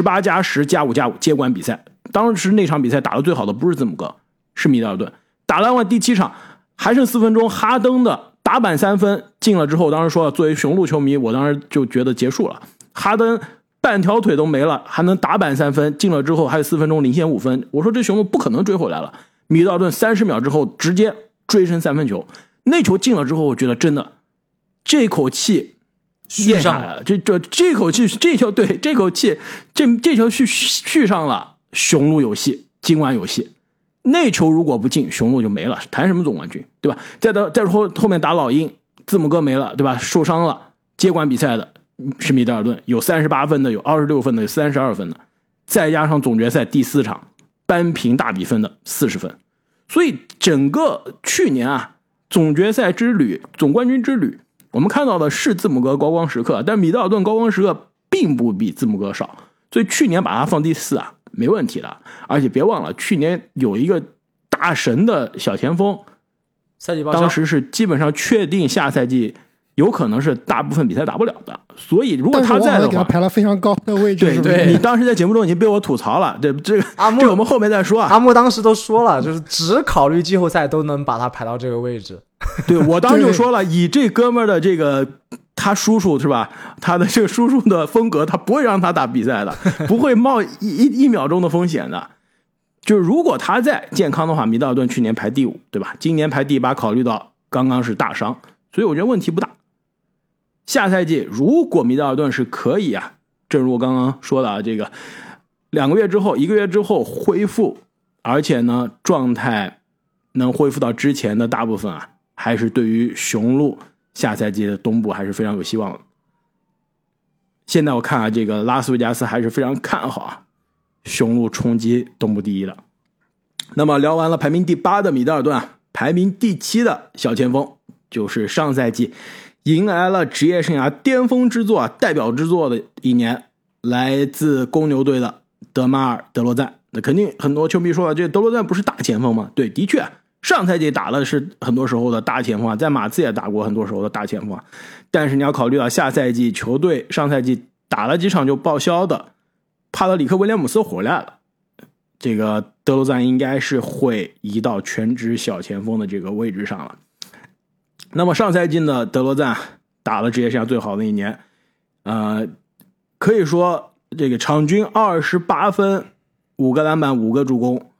18+10+5+5接管比赛。当时那场比赛打得最好的不是字母哥，是米德尔顿。打篮网第7场还剩4分钟，哈登的打板3分进了之后，当时说了，作为雄鹿球迷，我当时就觉得结束了。哈登半条腿都没了，还能打板3分，进了之后还有4分钟领先5分，我说这雄鹿不可能追回来了。米德尔顿30秒之后直接追成3分球，那球进了之后，我觉得真的这口气咽下来了，这口气这球续上了，雄鹿有戏，今晚有戏。那球如果不进，雄鹿就没了，谈什么总冠军，对吧？再后面打老鹰，字母哥没了，对吧？受伤了，接管比赛的是米德尔顿，有38分的，有26分的，有32分的，再加上总决赛第4场扳平大比分的40分。所以整个去年啊，总决赛之旅，总冠军之旅，我们看到的是字母哥高光时刻，但米德尔顿高光时刻并不比字母哥少，所以去年把他放第4啊，没问题的。而且别忘了，去年有一个大神的小前锋， 赛季报销， 当时是基本上确定下赛季有可能是大部分比赛打不了的，所以如果他在的话， 给他排了非常高的位置。 对对，你当时在节目中已经被我吐槽了，对这个阿木， 这个我们后面再说啊。 阿木当时都说了，就是只考虑季后赛都能把他排到这个位置。 对，我当时就说了，以这哥们儿的这个他叔叔是吧，他的这个叔叔的风格，他不会让他打比赛的，不会冒一秒钟的风险的。就是如果他在健康的话，米德尔顿去年排第5，对吧？今年排第8，考虑到刚刚是大伤，所以我觉得问题不大。下赛季如果米德尔顿是可以啊，正如我刚刚说的啊，这个2个月之后1个月之后恢复，而且呢状态能恢复到之前的大部分啊，还是对于雄鹿下赛季的东部还是非常有希望的。现在我看啊，这个拉斯维加斯还是非常看好啊，雄鹿冲击东部第1的。那么聊完了排名第8的米德尔顿啊，排名第7的小前锋就是上赛季迎来了职业生涯巅峰之作啊，代表之作的一年，来自公牛队的德马尔·德罗赞。那肯定很多球迷说了，这德罗赞不是大前锋吗？对，的确上赛季打的是很多时候的大前锋啊，在马刺也打过很多时候的大前锋啊。但是你要考虑到下赛季球队上赛季打了几场就报销的帕特里克·威廉姆斯回来了，这个德罗赞应该是会移到全职小前锋的这个位置上了。那么上赛季呢，德罗赞打了职业生涯最好的一年，可以说这个场均28分，5个篮板，5个助攻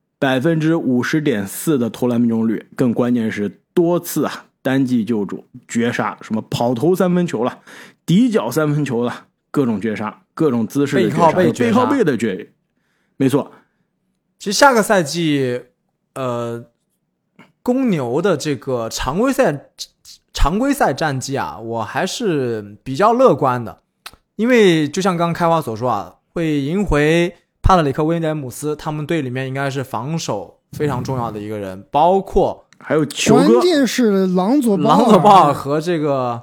，50.4%的投篮命中率，更关键是多次啊单季救主绝杀，什么跑投3分球了，底角3分球了，各种绝杀，各种姿势的绝杀，背靠背的绝，没错。 其实下个赛季公牛的这个常规赛战绩啊，我还是比较乐观的，因为就像刚刚开花所说啊，会赢回帕特里克·威廉姆斯，他们队里面应该是防守非常重要的一个人，包括还有球哥， 关键是朗佐鲍尔和这个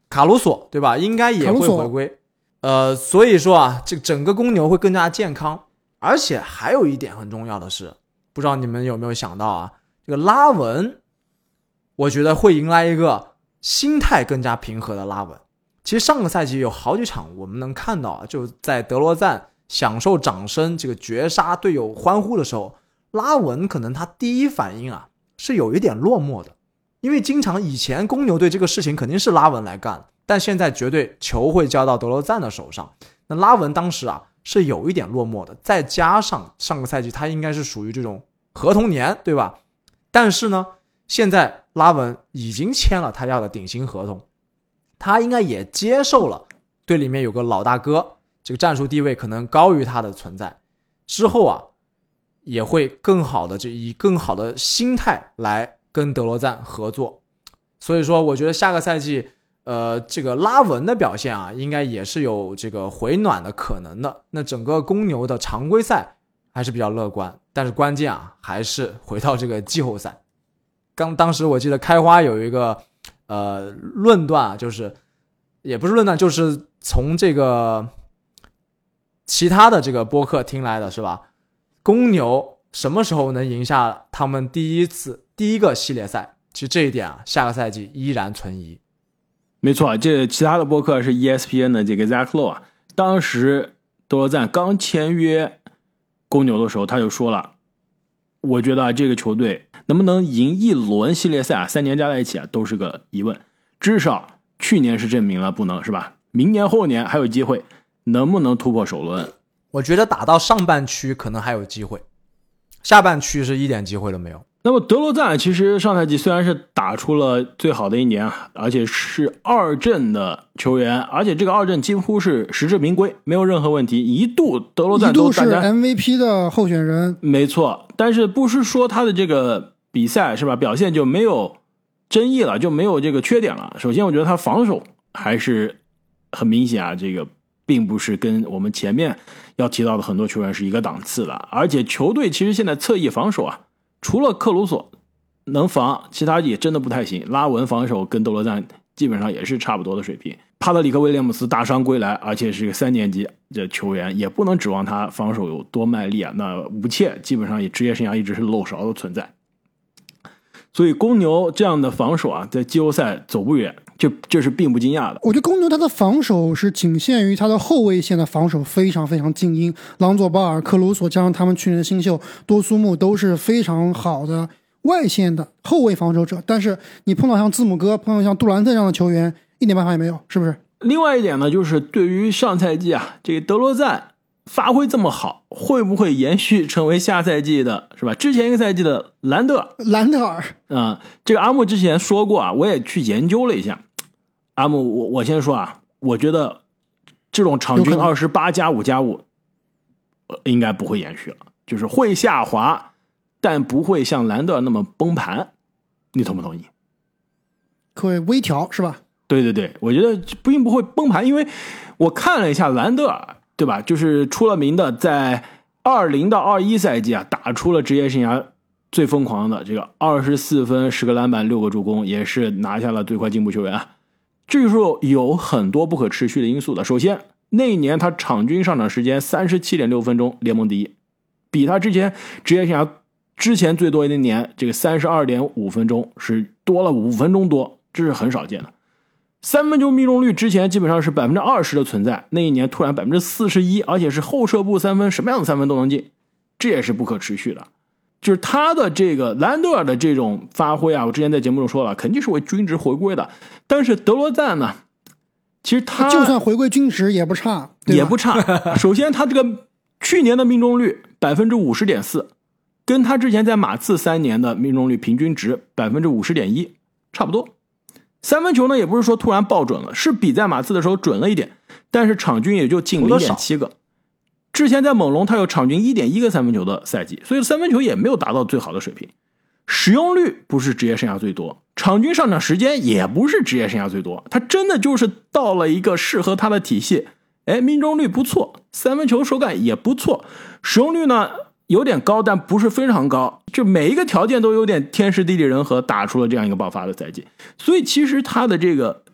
卡鲁索，对吧？应该也会回归。所以说啊，这整个公牛会更加健康。而且还有一点很重要的是，不知道你们有没有想到啊，这个拉文，我觉得会迎来一个心态更加平和的拉文。其实上个赛季有好几场我们能看到啊，就在德罗赞享受掌声，这个绝杀队友欢呼的时候，拉文可能他第一反应啊是有一点落寞的，因为经常以前公牛队这个事情肯定是拉文来干，但现在绝对球会交到德罗赞的手上。那拉文当时啊是有一点落寞的，再加上上个赛季他应该是属于这种合同年，对吧？但是呢，现在拉文已经签了他要的顶薪合同，他应该也接受了队里面有个老大哥，这个战术地位可能高于他的存在，之后啊也会更好的以更好的心态来跟德罗赞合作。所以说我觉得下个赛季这个拉文的表现啊应该也是有这个回暖的可能的。那整个公牛的常规赛还是比较乐观，但是关键啊还是回到这个季后赛。当时我记得开花有一个论断啊，就是也不是论断，就是从这个其他的这个播客听来的，是吧？公牛什么时候能赢下他们第一个系列赛？其实这一点啊，下个赛季依然存疑。 没错，这其他的播客是 ESPN 的这个 Zach Lowe 啊，当时德罗赞刚签约公牛的时候，他就说了，我觉得这个球队能不能赢一轮系列赛啊，3年加在一起啊都是个疑问。至少去年是证明了不能，是吧？明年后年还有机会，能不能突破首轮？ 我觉得打到上半区可能还有机会，下半区是一点机会都没有。 那么德罗赞其实上赛季虽然是打出了最好的一年，而且是2阵的球员，而且这个2阵几乎是实至名归，没有任何问题。一度德罗赞都是 MVP 的候选人， 没错。但是不是说他的这个比赛是吧表现就没有争议了，就没有这个缺点了？首先我觉得他防守还是很明显啊，这个并不是跟我们前面要提到的很多球员是一个档次的。而且球队其实现在侧翼防守啊，除了克鲁索能防，其他也真的不太行。拉文防守跟德罗赞基本上也是差不多的水平。帕特里克威廉姆斯大伤归来，而且是个3年级的球员，也不能指望他防守有多卖力啊。那武切基本上也职业生涯一直是漏勺的存在。所以公牛这样的防守啊，在季后赛走不远，这是并不惊讶的。 我觉得公牛他的防守是仅限于他的后卫线的防守非常非常精英，朗佐巴尔、克鲁索加上他们去年的新秀多苏木都是非常好的外线的后卫防守者，但是你碰到像字母哥、碰到像杜兰特这样的球员，一点办法也没有，是不是？ 另外一点呢，就是对于上赛季啊，这个德罗赞发挥这么好，会不会延续成为下赛季的，是吧？之前一个赛季的兰德尔这个阿木之前说过啊，我也去研究了一下。阿木，我先说啊，我觉得这种场均28+5+5应该不会延续了，就是会下滑，但不会像兰德尔那么崩盘。你同不同意？ 可以微调是吧？ 对对对，我觉得并不会崩盘，因为我看了一下兰德尔，对吧？就是出了名的，在20到21赛季啊，打出了职业生涯最疯狂的这个24分、10个篮板、6个助攻，也是拿下了最快进步球员啊。这个时候有很多不可持续的因素的。首先，那一年他场均上场时间37.6分钟，联盟第一，比他之前职业生涯之前最多的一年这个32.5分钟是多了5分钟多，这是很少见的。三分球命中率之前基本上是20%的存在，那一年突然41%，而且是后撤步三分，什么样的三分都能进，这也是不可持续的。就是他的这个兰德尔的这种发挥啊，我之前在节目中说了，肯定是为均值回归的。但是德罗赞呢，其实他就算回归均值也不差， 也不差。首先他这个去年的命中率50.4%，跟他之前在马刺3年的命中率平均值50.1%差不多。三分球呢，也不是说突然爆准了，是比在马刺的时候准了一点，但是场均也就进 0.7 个。之前在猛龙他有场均 1.1 个三分球的赛季，所以三分球也没有达到最好的水平。使用率不是职业生涯最多，场均上场时间也不是职业生涯最多，他真的就是到了一个适合他的体系。命中率不错，三分球手感也不错，使用率呢有点高，但不是非常高，就每一个条件都有点天时地利人和，打出了这样一个爆发的赛季。所以其实他的这个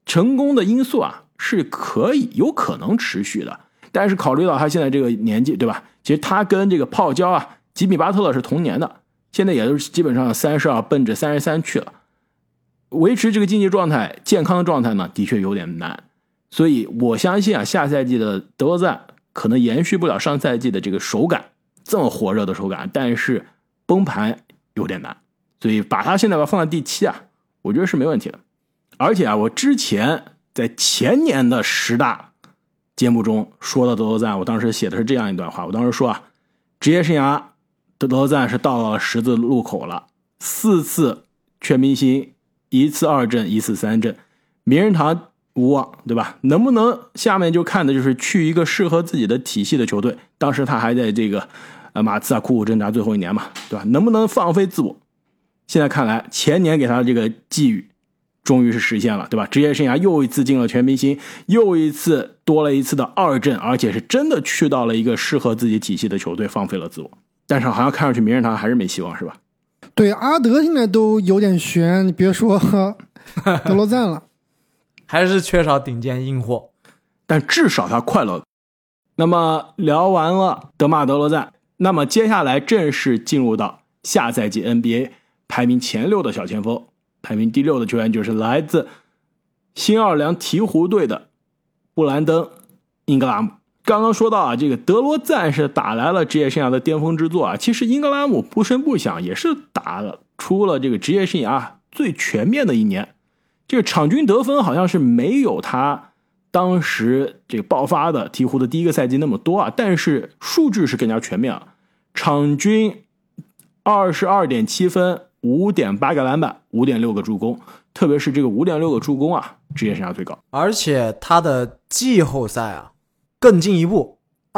成功的因素啊是有可能持续的，但是考虑到他现在这个年纪，对吧？其实他跟这个泡椒啊、吉米巴特勒是同年的，现在也都是基本上32奔着33去了，维持这个竞技状态、健康的状态呢，的确有点难。所以我相信啊，下赛季的德罗赞可能延续不了上赛季的这个手感，这么火热的手感，但是崩盘有点难。所以把他现在放在第7啊，我觉得是没问题的。而且啊，我之前在前年的10大节目中说到德罗赞，我当时写的是这样一段话，我当时说啊，职业生涯德罗赞是到了十字路口了，4次全明星，1次2阵，1次3阵，名人堂无望，对吧？能不能下面就看的就是去一个适合自己的体系的球队，当时他还在这个马刺啊苦苦挣扎最后1年嘛，对吧？能不能放飞自我？现在看来前年给他的这个寄语终于是实现了，对吧？职业生涯又一次进了全明星，又一次多了1次的2阵，而且是真的去到了一个适合自己体系的球队，放飞了自我。但是好像看上去名人堂还是没希望，是吧？ 对，阿德现在都有点悬，你别说德罗赞了。 还是缺少顶尖硬货， 但至少他快乐。那么聊完了德马德罗赞，那么接下来正式进入到下赛季 NBA 排名前6的小前锋，排名第6的球员就是来自新奥尔良鹈鹕队的布兰登·英格拉姆。刚刚说到啊，这个德罗赞是打来了职业生涯的巅峰之作啊，其实英格拉姆不声不响也是打出了这个职业生涯最全面的1年。这个场均得分好像是没有他当时这个爆发的鹈鹕的第一个赛季那么多啊，但是数据是更加全面啊，场均 22.7 分， 5.8 个篮板， 5.6 个助攻，特别是这个 5.6 个助攻啊，职业生涯最高。 而且他的季后赛啊更进一步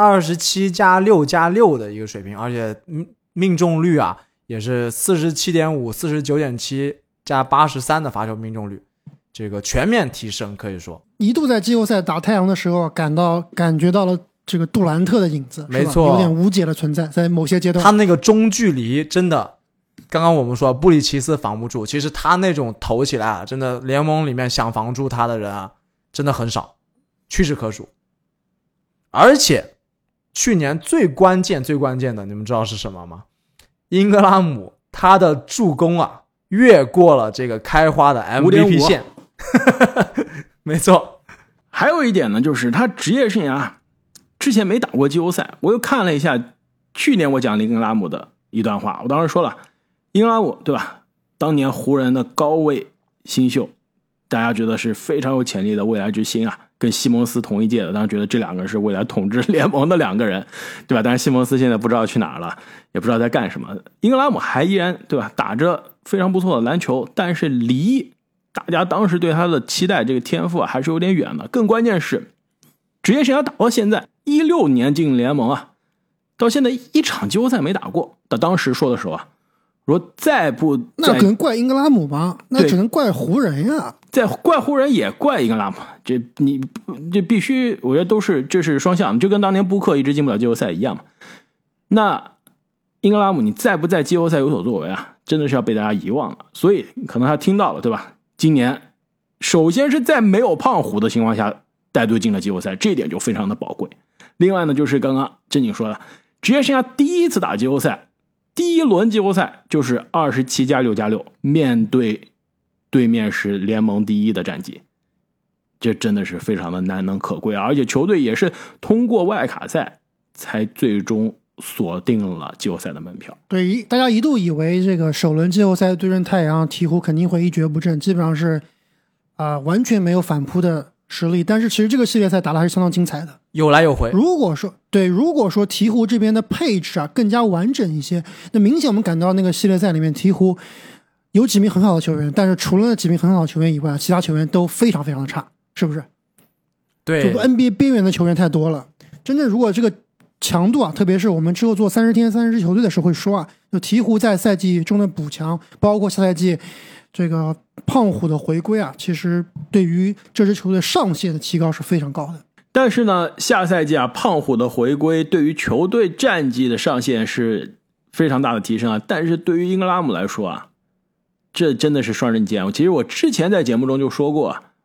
，27+6+6的一个水平，而且命中率啊也是 47.5 49.7 加83的罚球命中率，这个全面提升。可以说一度在季后赛打太阳的时候感觉到了这个杜兰特的影子， 没错， 有点无解的存在，在某些阶段他那个中距离真的，刚刚我们说布里奇斯防不住，其实他那种投起来啊，真的联盟里面想防住他的人啊真的很少，屈指可数。而且去年最关键的，你们知道是什么吗？英格拉姆他的助攻啊越过了这个开花的 MVP 线没错。 还有一点呢，就是他职业生涯之前没打过季后赛，我又看了一下去年我讲英格拉姆的一段话，我当时说了，英格拉姆对吧，当年湖人的高位新秀，大家觉得是非常有潜力的未来之星啊，跟西蒙斯同一届的，当然觉得这2个是未来统治联盟的2个人，对吧？但是西蒙斯现在不知道去哪儿了，也不知道在干什么。英格拉姆还依然对吧，打着非常不错的篮球，但是离大家当时对他的期待这个天赋还是有点远的。更关键是职业生涯打到现在16年进联盟啊，到现在1场季后赛没打过。到当时说的时候啊，说再不那可能怪英格拉姆吧，那只能怪湖人呀。 在怪湖人也怪英格拉姆，这必须，我觉得这是双向，就跟当年布克一直进不了季后赛一样嘛。那英格拉姆你再不在季后赛有所作为啊，真的是要被大家遗忘了。所以可能他听到了，对吧？今年首先是在没有胖虎的情况下带队进了季后赛，这一点就非常的宝贵。另外呢，就是刚刚正经说的，职业生涯第一次打季后赛，第1轮季后赛就是27+6+6，面对面是联盟第1的战绩，这真的是非常的难能可贵，而且球队也是通过外卡赛才最终锁定了季后赛的门票。 对，大家一度以为这个首轮季后赛对阵太阳，鹈鹕肯定会一蹶不振，基本上是完全没有反扑的实力。但是其实这个系列赛打得还是相当精彩的， 有来有回。 如果说鹈鹕这边的配置啊更加完整一些，那明显我们感到那个系列赛里面鹈鹕有几名很好的球员，但是除了那几名很好的球员以外，其他球员都非常非常的差，是不是？ 对， 就 NBA 边缘的球员太多了。真正如果这个强度啊，特别是我们之后做30天30支球队的时候会说啊，就鹈鹕在赛季中的补强，包括下赛季这个胖虎的回归啊，其实对于这支球队上限的提高是非常高的。 但是呢，下赛季啊，胖虎的回归对于球队战绩的上限是非常大的提升啊。但是对于英格拉姆来说啊，这真的是双刃剑。其实我之前在节目中就说过啊，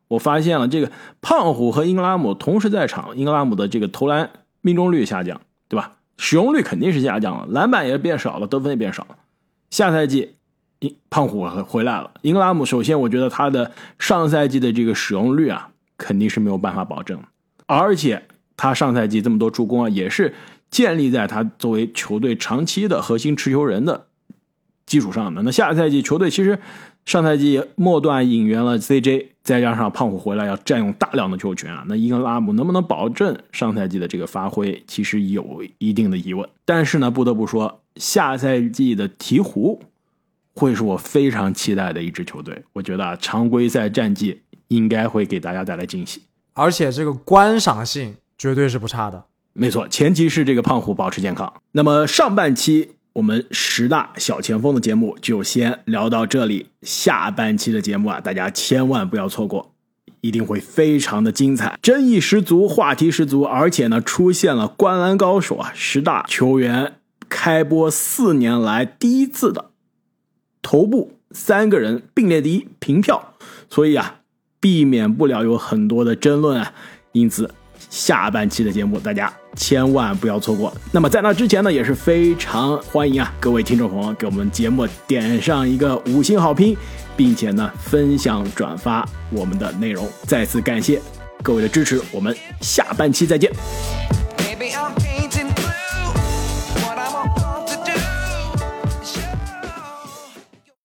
我发现了这个胖虎和英格拉姆同时在场，英格拉姆的这个投篮命中率下降，对吧？使用率肯定是下降了，篮板也变少了，得分也变少了。下赛季胖虎回来了，英格拉姆首先我觉得他的上赛季的这个使用率啊肯定是没有办法保证，而且他上赛季这么多助攻啊也是建立在他作为球队长期的核心持球人的基础上的。那下赛季球队其实上赛季末段引援了 CJ， 再加上胖虎回来要占用大量的球权啊，那英格拉姆能不能保证上赛季的这个发挥其实有一定的疑问。但是呢不得不说，下赛季的鹈鹕会是我非常期待的一支球队，我觉得常规赛战绩应该会给大家带来惊喜， 而且这个观赏性绝对是不差的。 没错，前提是这个胖虎保持健康。那么上半期我们10大小前锋的节目就先聊到这里，下半期的节目啊，大家千万不要错过，一定会非常的精彩，争议十足，话题十足，而且呢出现了灌篮高手啊10大球员开播4年来第一次的头部3个人并列第一平票，所以啊避免不了有很多的争论啊，因此下半期的节目大家千万不要错过。那么在那之前呢，也是非常欢迎啊各位听众朋友给我们节目点上一个5星好评，并且呢分享转发我们的内容。再次感谢各位的支持，我们下半期再见。